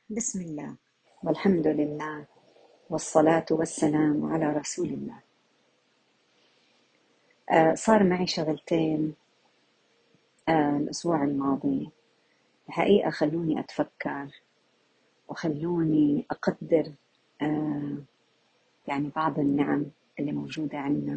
بسم الله والحمد لله والصلاة والسلام على رسول الله. صار معي شغلتين الأسبوع الماضي الحقيقة خلوني أتفكر وخلوني أقدر آه يعني بعض النعم اللي موجودة عندنا،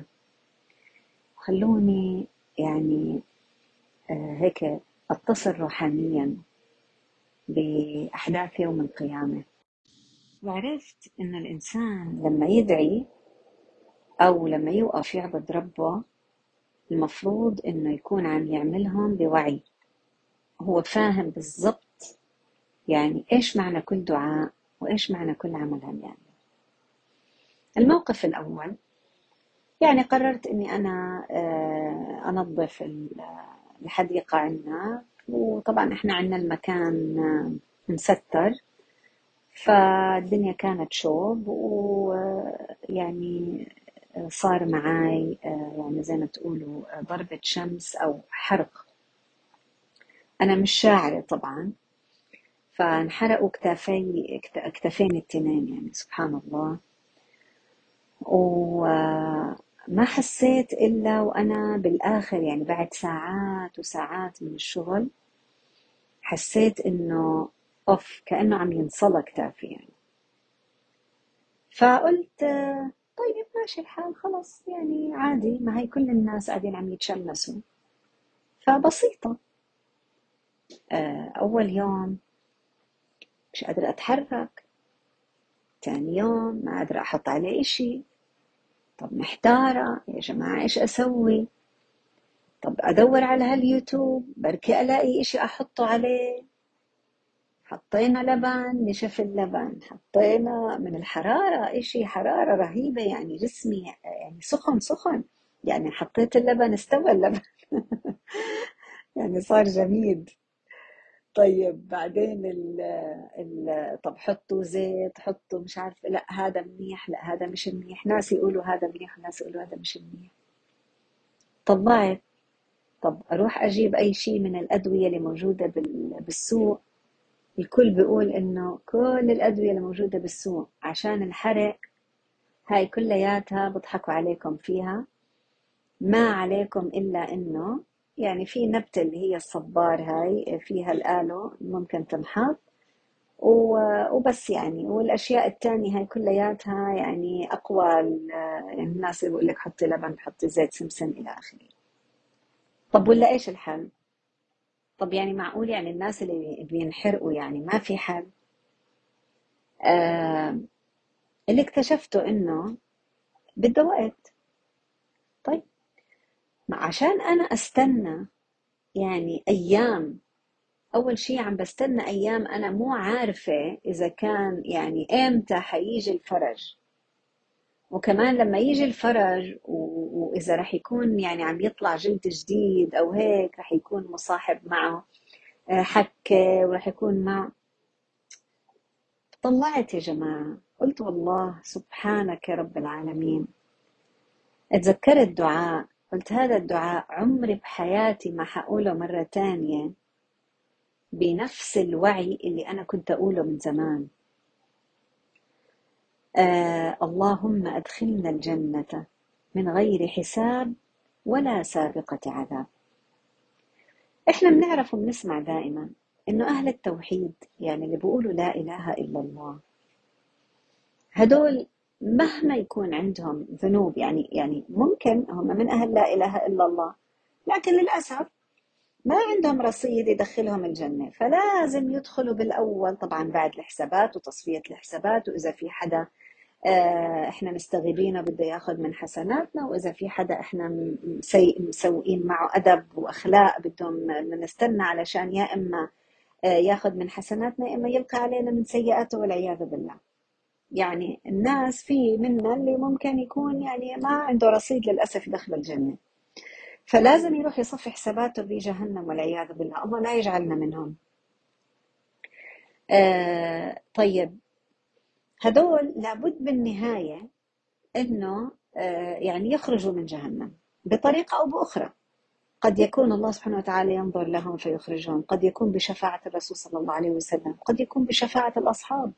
وخلوني يعني هيك أتصل روحانيا بأحداث يوم القيامة. وعرفت إن الإنسان لما يدعي أو لما يوقف يعبد ربه المفروض إنه يكون عم يعملهم بوعي، هو فاهم بالضبط يعني إيش معنى كل دعاء وإيش معنى كل عمل عم يعمل. الموقف الأول، يعني قررت إني أنا أنظف الحديقة عنا، وطبعا إحنا عنا المكان مستر، فالدنيا كانت شوب ويعني صار معاي يعني زي ما تقولوا ضربة شمس أو حرق. أنا مش شاعرة طبعا، فانحرقوا كتافين التنين، يعني سبحان الله. وما حسيت إلا وأنا بالآخر يعني بعد ساعات وساعات من الشغل حسيت إنه أوف، كأنه عم ينصلى كتافي يعني. فقلت طيب ماشي الحال، خلص يعني عادي، ما هي كل الناس قاعدين عم يتشمسوا، فبسيطة. أول يوم مش قادرة أتحرك، تاني يوم ما قادرة أحط عليه إشي. طب محتارة يا جماعة إيش أسوي؟ طب أدور على هاليوتيوب بركي ألاقي إشي أحطه عليه. حطينا لبن، نشف اللبن، حطينا من الحرارة إشي حرارة رهيبة، يعني جسمي يعني سخن سخن، يعني حطيت اللبن استوى اللبن يعني صار جميد. طيب بعدين طب حطوا زيت، حطوا مش عارف، لا هذا منيح، لا هذا مش منيح، ناس يقولوا هذا منيح وناس يقولوا هذا مش منيح. طلعت، طب أروح أجيب أي شيء من الأدوية اللي موجودة بالسوق. الكل بيقول إنه كل الأدوية اللي موجودة بالسوق عشان الحرق، هاي كلياتها بضحكوا عليكم فيها، ما عليكم إلا إنه يعني في نبتة اللي هي الصبار، هاي فيها الآلو ممكن تنحط وبس يعني، والأشياء التانية هاي كلياتها يعني أقوى يعني الناس اللي بيقول لك حطي لبن، حطي زيت سمسم إلى آخره. طب ولا إيش الحل؟ طب يعني معقول يعني الناس اللي بينحرقوا يعني ما في حل؟ آه اللي اكتشفته انه بده وقت. طيب ما عشان انا استنى يعني ايام، اول شيء عم بستنى ايام انا مو عارفة اذا كان يعني امتى حيجي الفرج، وكمان لما يجي الفرج واذا رح يكون يعني عم يطلع جلد جديد او هيك، رح يكون مصاحب معه حكة، ورح يكون معه. طلعت يا جماعة قلت والله سبحانك يا رب العالمين. اتذكرت دعاء، قلت هذا الدعاء عمري بحياتي ما حقوله مرة تانية بنفس الوعي اللي أنا كنت أقوله من زمان. اللهم أدخلنا الجنة من غير حساب ولا سابقة عذاب. إحنا بنعرف وبنسمع دائما إنه أهل التوحيد يعني اللي بيقولوا لا إله إلا الله، هدول مهما يكون عندهم ذنوب، يعني ممكن هم من أهل لا إله إلا الله، لكن للأسف ما عندهم رصيد يدخلهم الجنة، فلازم يدخلوا بالأول طبعا بعد الحسابات وتصفية الحسابات، وإذا في حدا إحنا مستغيبينه بده ياخذ من حسناتنا، وإذا في حدا إحنا مسوئين معه أدب وأخلاق بدهم نستنى علشان يا إما ياخذ من حسناتنا يا إما يلقى علينا من سيئاته والعياذ بالله. يعني الناس في منا اللي ممكن يكون يعني ما عنده رصيد للأسف يدخل الجنة، فلازم يروح يصفي حساباته بجهنم والعياذ بالله، الله لا يجعلنا منهم. طيب هدول لابد بالنهاية انه يعني يخرجوا من جهنم بطريقة او باخرى. قد يكون الله سبحانه وتعالى ينظر لهم فيخرجهم، قد يكون بشفاعة الرسول صلى الله عليه وسلم، قد يكون بشفاعة الأصحاب.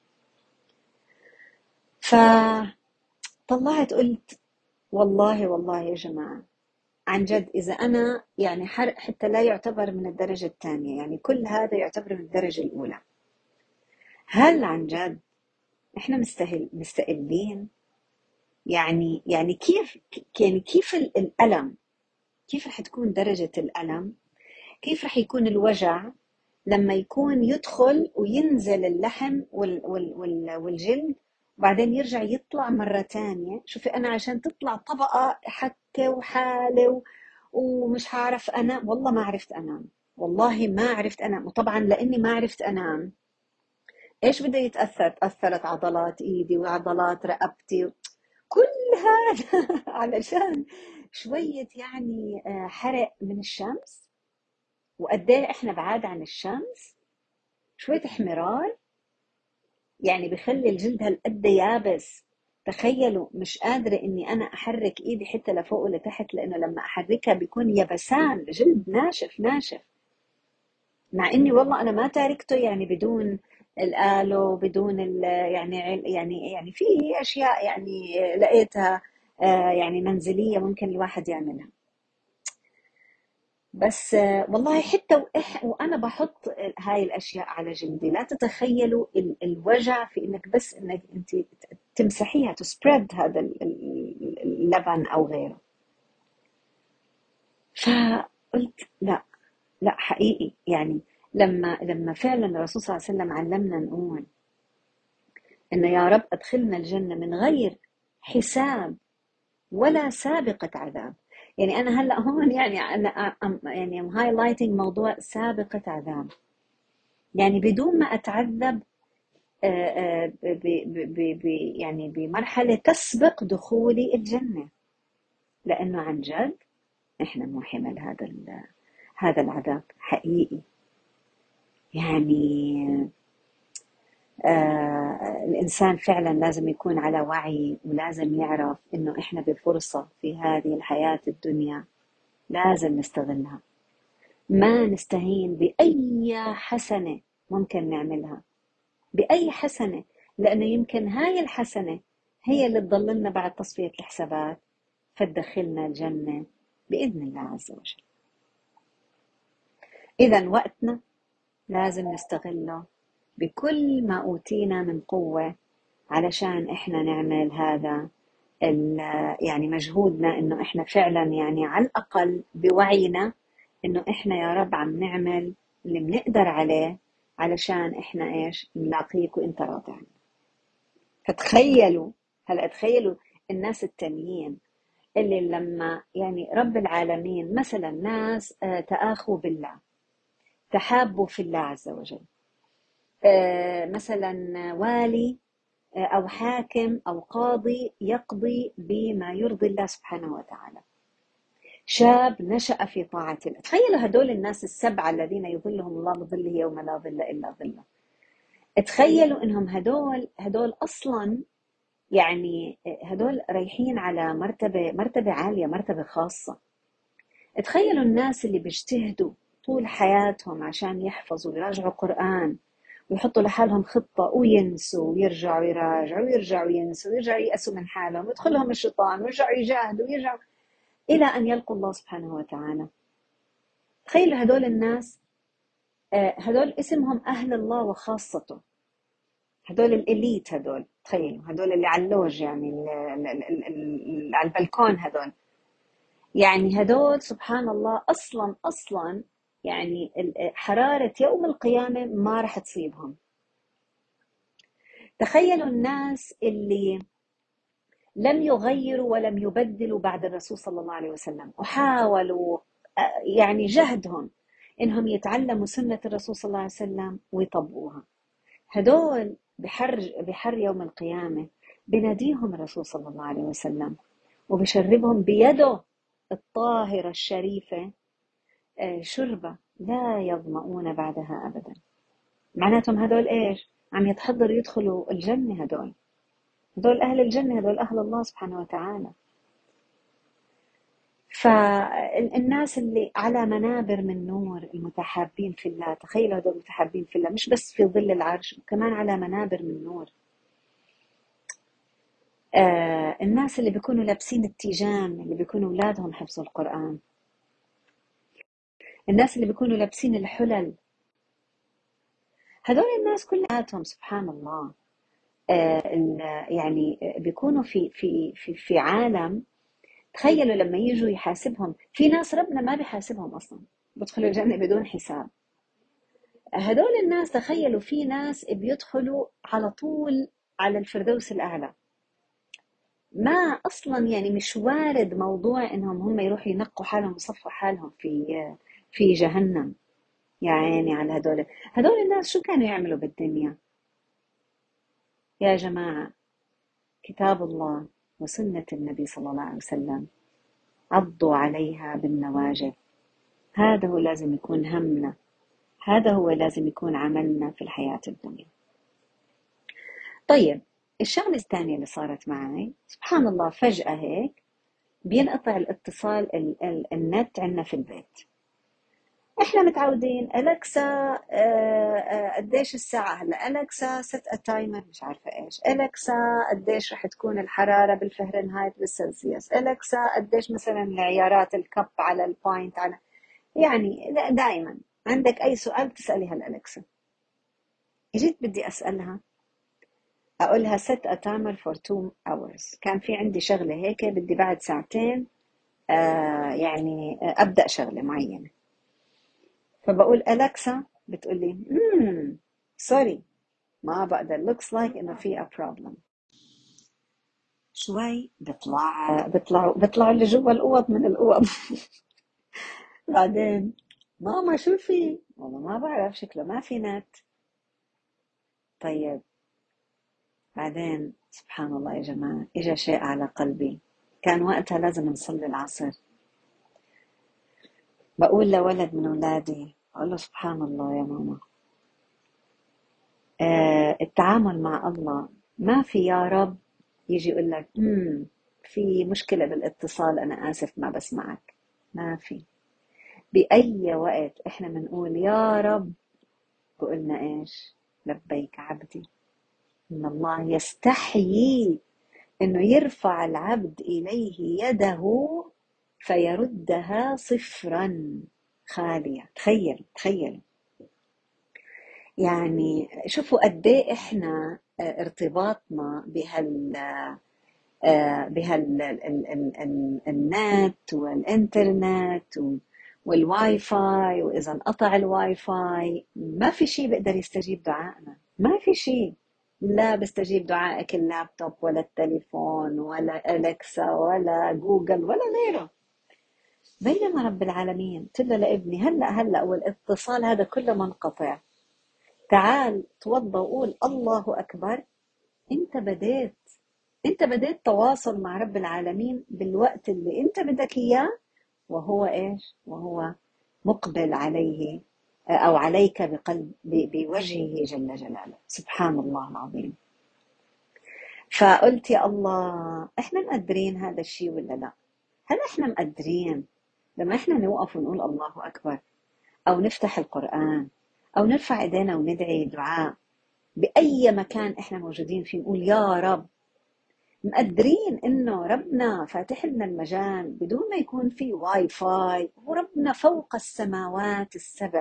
فطلعت قلت والله والله يا جماعة، عن جد إذا أنا يعني حرق حتى لا يعتبر من الدرجة الثانية، يعني كل هذا يعتبر من الدرجة الأولى، هل عن جد إحنا مستقلين؟ يعني كيف الألم، كيف رح تكون درجة الألم، كيف رح يكون الوجع لما يكون يدخل وينزل اللحم والجلد وبعدين يرجع يطلع مرة تانية. شوفي أنا عشان تطلع طبقة حكة وحالة ومش هعرف أنام، والله ما عرفت أنام، والله ما عرفت أنام. وطبعا لأني ما عرفت أنام إيش بده يتأثر؟ تأثرت عضلات إيدي وعضلات رقبتي، كل هذا علشان شوية يعني حرق من الشمس. وقد ايه احنا بعاد عن الشمس، شوية احمرار يعني بخلي الجلد هالقد يابس. تخيلوا مش قادرة اني انا احرك ايدي حتى لفوق ولتحت، لانه لما احركها بيكون يبسان، جلد ناشف ناشف. مع اني والله انا ما تاركته يعني بدون الآلو، بدون يعني في اشياء يعني لقيتها يعني منزلية ممكن الواحد يعملها. بس والله حتى وانا بحط هاي الاشياء على جلدي، لا تتخيلوا الوجع في انك بس انك انت تمسحيها، تسبريد هذا اللبن او غيره. فقلت لا، لا حقيقي يعني لما فعلا الرسول صلى الله عليه وسلم علمنا نقول انه يا رب ادخلنا الجنة من غير حساب ولا سابقة عذاب. يعني أنا هلأ هون يعني أنا يعني I'm highlighting موضوع سابقة عذاب، يعني بدون ما أتعذب يعني بمرحلة تسبق دخولي الجنة، لأنه عن جد إحنا مو حمل هذا العذاب حقيقي. يعني الإنسان فعلا لازم يكون على وعي، ولازم يعرف إنه إحنا بفرصة في هذه الحياة الدنيا لازم نستغلها، ما نستهين بأي حسنة ممكن نعملها، بأي حسنة، لأنه يمكن هاي الحسنة هي اللي تضللنا بعد تصفية الحسابات فتدخلنا الجنة بإذن الله عز وجل. إذن وقتنا لازم نستغله بكل ما أوتينا من قوة علشان إحنا نعمل هذا يعني مجهودنا، إنه إحنا فعلا يعني على الأقل بوعينا إنه إحنا يا رب عم نعمل اللي بنقدر عليه علشان إحنا إيش نلاقيك وإنت راضي عنا. فتخيلوا هلأ، تخيلوا الناس التانيين اللي لما يعني رب العالمين مثلا ناس تآخوا بالله، تحابوا في الله عز وجل، مثلا والي أو حاكم أو قاضي يقضي بما يرضي الله سبحانه وتعالى، شاب نشأ في طاعة الله. تخيلوا هدول الناس السبعة الذين يظلهم الله بظله يوم لا ظل إلا ظله. تخيلوا إنهم هدول أصلا يعني هدول رايحين على مرتبة عالية، مرتبة خاصة. تخيلوا الناس اللي بيجتهدوا طول حياتهم عشان يحفظوا ويراجعوا قرآن ويحطوا لحالهم خطة وينسوا ويرجعوا يراجعوا ويرجعوا ينسوا ويرجعوا ييأسوا من حالهم ويدخلهم الشيطان ويرجعوا يجاهدوا ويرجعوا إلى أن يلقوا الله سبحانه وتعالى. تخيلوا هدول الناس، هدول اسمهم أهل الله وخاصته، هدول الإليت، هدول تخيلوا هدول اللي على اللوج يعني اللي على البلكون، هدول يعني هدول سبحان الله أصلا يعني حرارة يوم القيامة ما رح تصيبهم. تخيلوا الناس اللي لم يغيروا ولم يبدلوا بعد الرسول صلى الله عليه وسلم، وحاولوا يعني جهدهم إنهم يتعلموا سنة الرسول صلى الله عليه وسلم ويطبقوها. هدول بحر يوم القيامة بناديهم الرسول صلى الله عليه وسلم وبشربهم بيده الطاهرة الشريفة شربة لا يظمؤون بعدها أبدا. معناتهم هدول إيش؟ عم يتحضروا يدخلوا الجنة، هدول أهل الجنة، هدول أهل الله سبحانه وتعالى. فالناس اللي على منابر من نور، المتحابين في الله، تخيلوا هذول المتحابين في الله مش بس في ظل العرش، كمان على منابر من نور. الناس اللي بيكونوا لابسين التيجان، اللي بيكونوا أولادهم حفظوا القرآن، الناس اللي بيكونوا لابسين الحلل، هذول الناس كلهم سبحان الله. يعني بيكونوا في عالم. تخيلوا لما يجوا يحاسبهم، في ناس ربنا ما بيحاسبهم أصلا، بدخلوا الجنة بدون حساب. هدول الناس تخيلوا في ناس بيدخلوا على طول على الفردوس الأعلى، ما أصلا يعني مش وارد موضوع إنهم هم يروحوا ينقوا حالهم ويصفوا حالهم في جهنم. يعني على هدول الناس شو كانوا يعملوا بالدنيا يا جماعة؟ كتاب الله وسنة النبي صلى الله عليه وسلم، عضوا عليها بالنواجذ. هذا هو لازم يكون همنا، هذا هو لازم يكون عملنا في الحياة الدنيا. طيب، الشغلة الثانية اللي صارت معي سبحان الله، فجأة هيك بينقطع الاتصال، النت عندنا في البيت. احنا متعودين أليكسا قديش الساعة هلا، أليكسا set a timer مش عارفة ايش، أليكسا قديش رح تكون الحرارة بالفهرنهايت بالسلسيوس، أليكسا قديش مثلا العيارات الكب على الباينت على، يعني دائما عندك أي سؤال تسألي هالأليكسا. جيت بدي أسألها، أقولها set a timer for 2 hours، كان في عندي شغلة هيك بدي بعد ساعتين يعني أبدأ شغلة معينة. فبقول أليكسا، بتقول لي سوري ما بقدر، looks like إنه في a problem. شوي بيطلعوا اللي جوا الأوض من الأوض. بعدين ماما شو في؟ والله ما بعرف، شكله ما في نت. طيب بعدين سبحان الله يا جماعة، إجا شيء على قلبي، كان وقتها لازم نصلي العصر. بقول لولد من أولادي، أقول له سبحان الله يا ماما، التعامل مع الله ما في يا رب يجي يقول لك في مشكلة بالاتصال أنا آسف ما بسمعك. ما في. بأي وقت إحنا بنقول يا رب بقولنا إيش؟ لبيك عبدي. إن الله يستحيي إنه يرفع العبد إليه يده فيردها صفرا خالية. تخيل يعني شوفوا قد ايه احنا ارتباطنا النت والانترنت والواي فاي، واذا انقطع الواي فاي ما في شيء بيقدر يستجيب دعائنا، ما في شيء. لا بيستجيب دعائك اللابتوب ولا التليفون ولا أليكسا ولا جوجل ولا غيره. بينما رب العالمين قلت له لابني هلا والاتصال هذا كله منقطع، تعال توضى وقول الله أكبر. انت بديت تواصل مع رب العالمين بالوقت اللي انت بدك اياه، وهو ايش؟ وهو مقبل عليه او عليك بقلب بوجهه جل جلاله. سبحان الله العظيم. فقلت يا الله، احنا مقدرين هذا الشيء ولا لا؟ هل احنا مقدرين لما احنا نوقف ونقول الله اكبر، او نفتح القرآن، او نرفع ايدينا وندعي دعاء بأي مكان احنا موجودين فيه، نقول يا رب، مقدرين انه ربنا فاتح لنا المجال بدون ما يكون في واي فاي، وربنا فوق السماوات السبع.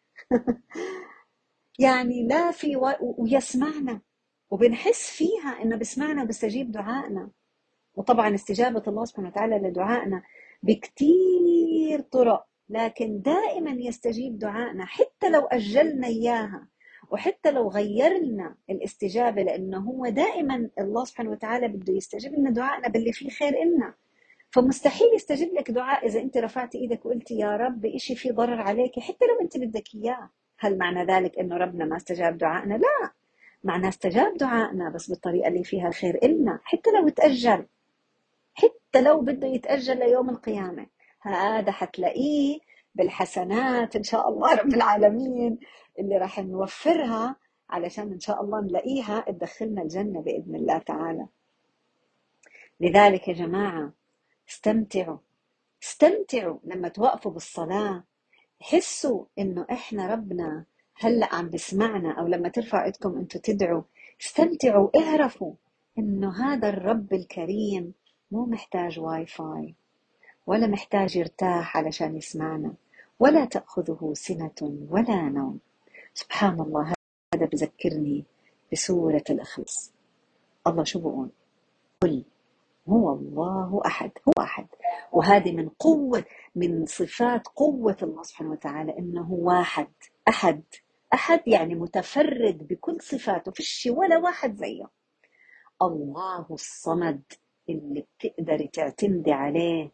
يعني لا في ويسمعنا، وبنحس فيها انه بسمعنا وبستجيب دعائنا. وطبعا استجابة الله سبحانه وتعالى لدعائنا بكتير طرق، لكن دائما يستجيب دعائنا حتى لو أجلنا إياها، وحتى لو غيرنا الاستجابة، لأنه هو دائما الله سبحانه وتعالى بده يستجيب لنا دعائنا باللي فيه خير إلنا. فمستحيل يستجيب لك دعاء إذا أنت رفعت إيدك وقلت يا رب إشي فيه ضرر عليك حتى لو أنت بدك إياه. هل معنى ذلك إنه ربنا ما استجاب دعائنا؟ لا، معنى استجاب دعائنا بس بالطريقة اللي فيها خير إلنا، حتى لو تأجل، حتى لو بده يتأجل ليوم القيامة، هذا حتلاقيه بالحسنات إن شاء الله رب العالمين اللي راح نوفرها علشان إن شاء الله نلاقيها تدخلنا الجنة بإذن الله تعالى. لذلك يا جماعة استمتعوا استمتعوا لما توقفوا بالصلاة، حسوا إنه إحنا ربنا هلأ عم بسمعنا، أو لما ترفعوا إيدكم أنتوا تدعوا، استمتعوا، اعرفوا إنه هذا الرب الكريم مو محتاج واي فاي، ولا محتاج يرتاح علشان يسمعنا، ولا تأخذه سنة ولا نوم. سبحان الله، هذا بذكرني بسورة الإخلاص. الله شو بقول؟ قل هو الله أحد، هو أحد. وهذه من قوة، من صفات قوة الله سبحانه وتعالى، إنه واحد أحد. أحد يعني متفرد بكل صفاته، فيش ولا واحد زيه. الله الصمد، اللي بتقدري تعتمدي عليه،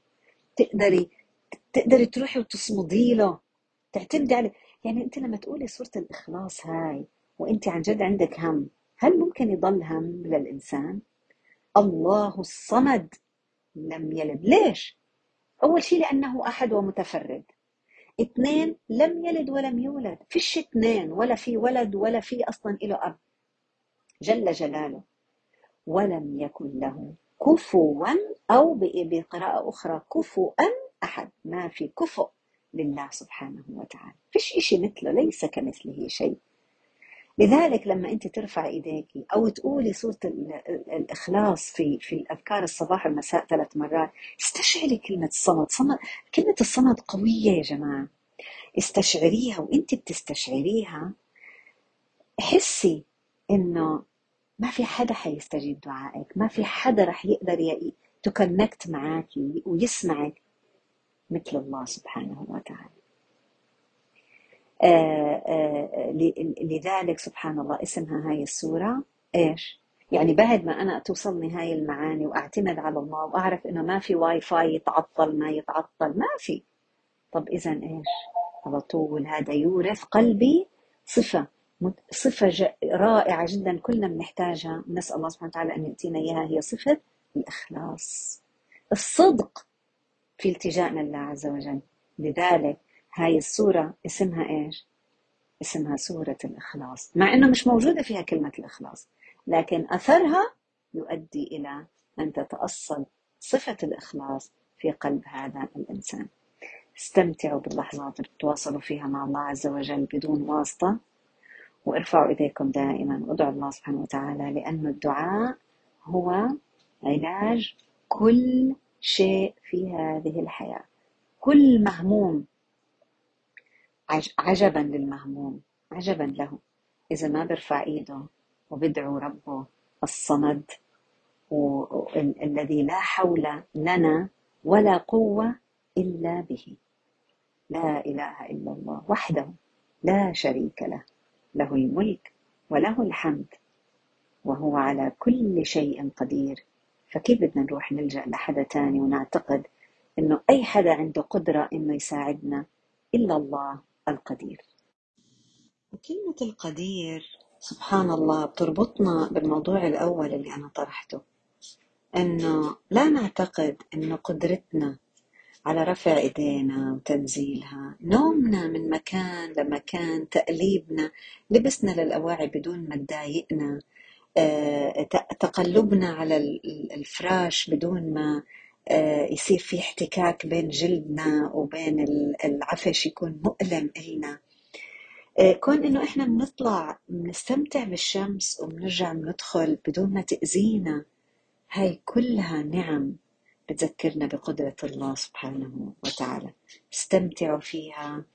تقدري تروحي وتصمدي له، تعتمدي عليه. يعني انت لما تقولي سورة الإخلاص هاي وانت عن جد عندك هم، هل ممكن يضل هم للإنسان؟ الله الصمد لم يلد. ليش؟ أول شيء لأنه أحد ومتفرد. اثنين، لم يلد ولم يولد، فيش اثنين، ولا في ولد ولا في أصلا له أب جل جلاله. ولم يكن له كفوا، أو بقراءة أخرى كفوا أحد، ما في كفؤ لله سبحانه وتعالى، فيش إشي مثله، ليس كمثله شيء. لذلك لما أنت ترفع إيديك أو تقولي سورة الإخلاص في الأذكار الصباح والمساء 3 مرات، استشعري كلمة الصمد. كلمة الصمد قوية يا جماعة، استشعريها. وأنت بتستشعريها حسي إنه ما في حدا حيستجيب دعائك، ما في حدا رح يقدر تكونكت معك ويسمعك مثل الله سبحانه وتعالى. لذلك سبحان الله اسمها هاي السورة إيش؟ يعني بعد ما أنا توصلني هاي المعاني وأعتمد على الله وأعرف إنه ما في واي فاي يتعطل، ما يتعطل، ما في. طب إذن إيش؟ على طول هذا يورث قلبي صفة رائعة جدا كلنا بنحتاجها، نسأل الله سبحانه وتعالى أن يأتينا إياها، هي صفة الإخلاص، الصدق في التجائنا لله عز وجل. لذلك هاي السورة اسمها إيش؟ اسمها سورة الإخلاص، مع أنه مش موجودة فيها كلمة الإخلاص، لكن أثرها يؤدي إلى أن تتأصل صفة الإخلاص في قلب هذا الإنسان. استمتعوا باللحظات اللي تتواصلوا فيها مع الله عز وجل بدون واسطة، وارفعوا إيديكم دائما وادعوا الله سبحانه وتعالى، لأن الدعاء هو علاج كل شيء في هذه الحياة. كل مهموم، عجبا للمهموم، عجبا له إذا ما برفع إيده وبدعو ربه الصمد، الذي لا حول لنا ولا قوة إلا به. لا إله إلا الله وحده لا شريك له، له الملك وله الحمد وهو على كل شيء قدير. فكيف بدنا نروح نلجأ لحدا تاني ونعتقد إنه أي حدا عنده قدرة إنه يساعدنا إلا الله القدير؟ وكلمة القدير سبحان الله بتربطنا بالموضوع الأول اللي أنا طرحته، إنه لا نعتقد إنه قدرتنا على رفع إيدينا وتنزيلها، نومنا من مكان لمكان، تقليبنا، لبسنا للأواعي بدون ما تضايقنا، تقلبنا على الفراش بدون ما يصير في احتكاك بين جلدنا وبين العفش يكون مؤلم إلنا، كون إنه إحنا بنطلع بنستمتع بالشمس وبنرجع بندخل بدون ما تأذينا، هاي كلها نعم بتذكرنا بقدرة الله سبحانه وتعالى. استمتعوا فيها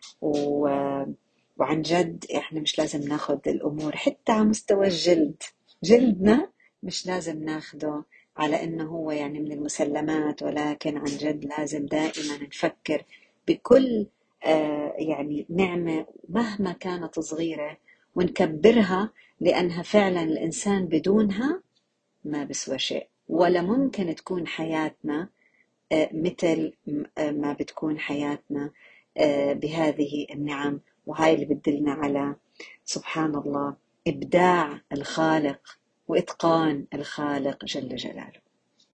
وعن جد إحنا مش لازم ناخد الأمور حتى على مستوى الجلد، جلدنا مش لازم ناخده على إنه هو يعني من المسلمات، ولكن عن جد لازم دائما نفكر بكل يعني نعمة مهما كانت صغيرة ونكبرها، لأنها فعلا الإنسان بدونها ما بسوى شيء، ولا ممكن تكون حياتنا مثل ما بتكون حياتنا بهذه النعم. وهاي اللي بتدلنا على سبحان الله إبداع الخالق وإتقان الخالق جل جلاله.